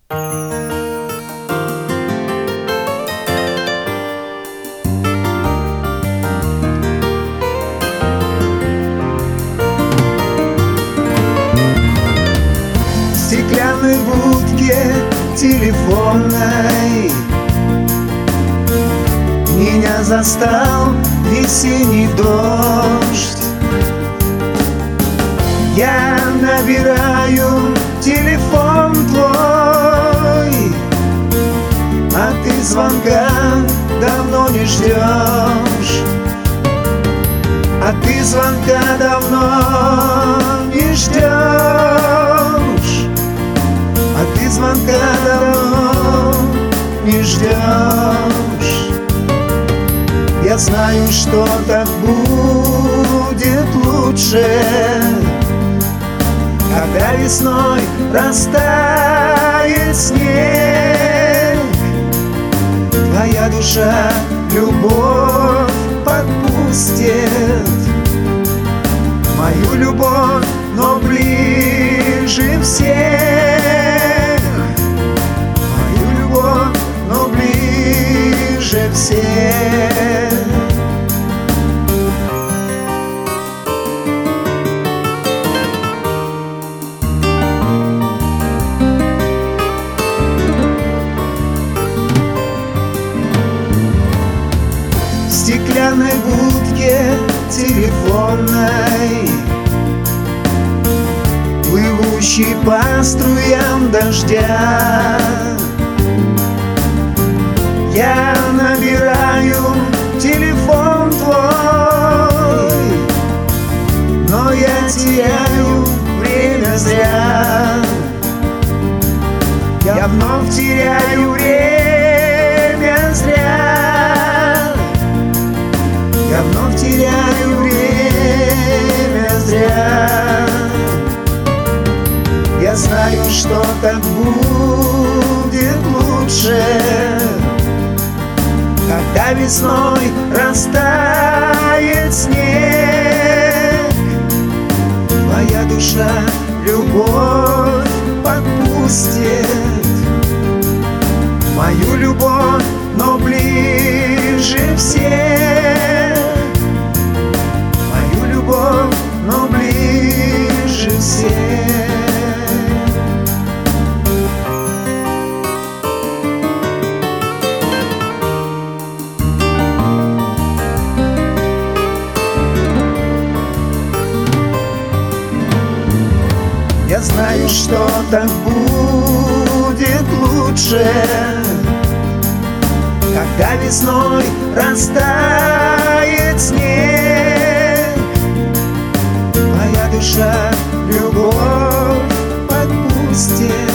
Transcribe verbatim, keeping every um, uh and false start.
В стеклянной будке телефонной меня застал весенний дождь. Я набираю телефон твой, а ты звонка давно не ждешь. А ты звонка давно не ждешь. А ты звонка давно не ждешь. Я знаю, что так будет лучше, когда весной растает снег. Твоя душа любовь подпустит мою любовь, но ближе всех. Мою любовь, но ближе всех. В стеклянной будке телефонной, плывущей по струям дождя, я набираю телефон твой, но я теряю время зря. Я вновь теряю время зря. Я вновь теряю время зря. Я знаю, что так будет лучше, когда весной растает снег. Твоя душа любовь подпустит мою любовь, но ближе всех. Мою любовь, но ближе всех. Я знаю, что так будет лучше, когда весной растает снег. Моя душа любовь подпустит